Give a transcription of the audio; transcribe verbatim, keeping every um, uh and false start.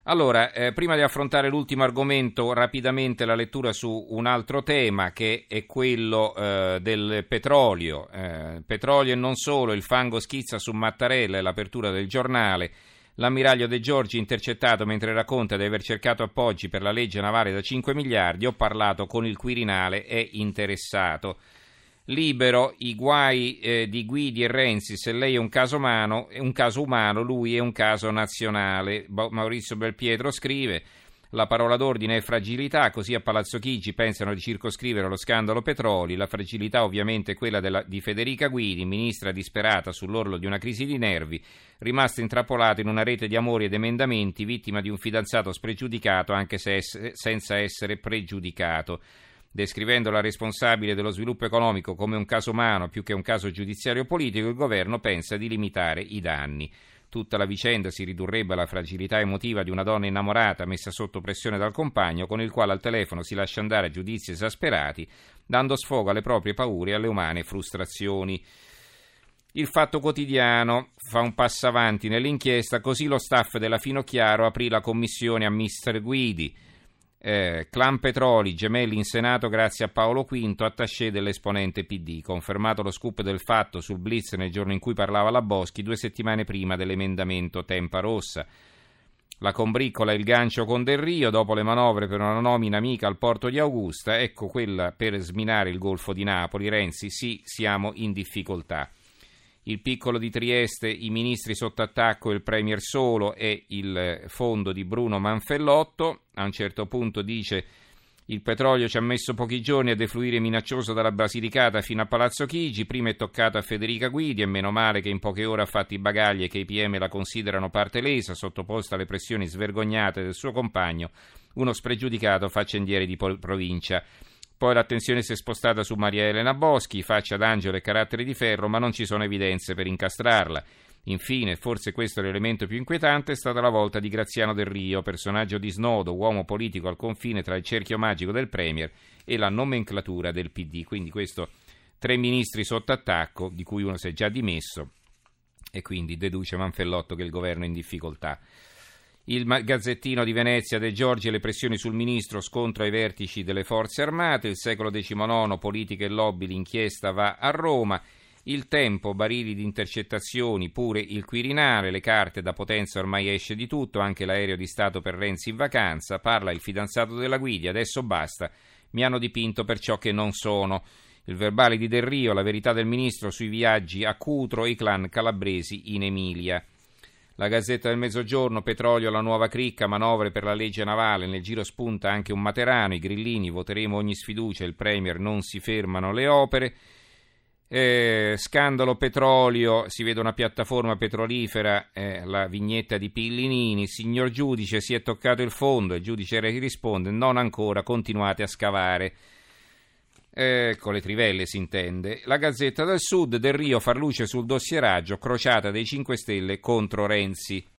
Allora, eh, prima di affrontare l'ultimo argomento, rapidamente la lettura su un altro tema che è quello eh, del petrolio. Eh, petrolio e non solo, il fango schizza su Mattarella, è l'apertura del giornale. L'ammiraglio De Giorgi intercettato mentre racconta di aver cercato appoggi per la legge navale da cinque miliardi, ho parlato con il Quirinale, è interessato. Libero, i guai eh, di Guidi e Renzi, se lei è un caso umano, è un caso umano, lui è un caso nazionale. Maurizio Belpietro scrive: la parola d'ordine è fragilità, così a Palazzo Chigi pensano di circoscrivere lo scandalo petroli. La fragilità ovviamente è quella della, di Federica Guidi, ministra disperata sull'orlo di una crisi di nervi, rimasta intrappolata in una rete di amori ed emendamenti, vittima di un fidanzato spregiudicato anche se es- senza essere pregiudicato. Descrivendo la responsabile dello sviluppo economico come un caso umano più che un caso giudiziario politico, il governo pensa di limitare i danni. Tutta la vicenda si ridurrebbe alla fragilità emotiva di una donna innamorata messa sotto pressione dal compagno, con il quale al telefono si lascia andare a giudizi esasperati, dando sfogo alle proprie paure e alle umane frustrazioni. Il Fatto Quotidiano fa un passo avanti nell'inchiesta, così lo staff della Finocchiaro aprì la commissione a mister Guidi. Eh, clan Petroli, gemelli in Senato grazie a Paolo Quinto, attaché dell'esponente P D. Confermato lo scoop del Fatto sul Blitz nel giorno in cui parlava la Boschi, due settimane prima dell'emendamento Tempa Rossa. La combriccola e il gancio con Del Rio, dopo le manovre per una nomina amica al porto di Augusta, ecco quella per sminare il Golfo di Napoli. Renzi, sì, siamo in difficoltà. Il Piccolo di Trieste, i ministri sotto attacco, il Premier solo e il fondo di Bruno Manfellotto. A un certo punto dice: il petrolio ci ha messo pochi giorni a defluire minaccioso dalla Basilicata fino a Palazzo Chigi, prima è toccato a Federica Guidi e meno male che in poche ore ha fatto i bagagli e che i P M la considerano parte lesa, sottoposta alle pressioni svergognate del suo compagno, uno spregiudicato faccendiere di provincia. Poi l'attenzione si è spostata su Maria Elena Boschi, faccia d'angelo e carattere di ferro, ma non ci sono evidenze per incastrarla. Infine, forse questo è l'elemento più inquietante, è stata la volta di Graziano Del Rio, personaggio di snodo, uomo politico al confine tra il cerchio magico del Premier e la nomenclatura del P D. Quindi questo, tre ministri sotto attacco, di cui uno si è già dimesso, e quindi deduce Manfellotto che il governo è in difficoltà. Il Gazzettino di Venezia, De Giorgi e le pressioni sul ministro, scontro ai vertici delle forze armate. Il Secolo diciannove, politica e lobby, l'inchiesta va a Roma. Il Tempo, barili di intercettazioni, pure il Quirinale, le carte da Potenza ormai esce di tutto, anche l'aereo di Stato per Renzi in vacanza. Parla il fidanzato della Guidi, adesso basta, mi hanno dipinto per ciò che non sono. Il verbale di Del Rio, la verità del ministro sui viaggi a Cutro e i clan calabresi in Emilia. La Gazzetta del Mezzogiorno, petrolio alla nuova cricca, manovre per la legge navale, nel giro spunta anche un Materano, i grillini, voteremo ogni sfiducia, il Premier, non si fermano le opere. Eh, scandalo petrolio, si vede una piattaforma petrolifera, eh, la vignetta di Pillinini, signor giudice si è toccato il fondo, il giudice risponde non ancora, continuate a scavare. Ecco le trivelle si intende. La Gazzetta del Sud, Del Rio far luce sul dossieraggio, crociata dei cinque Stelle contro Renzi.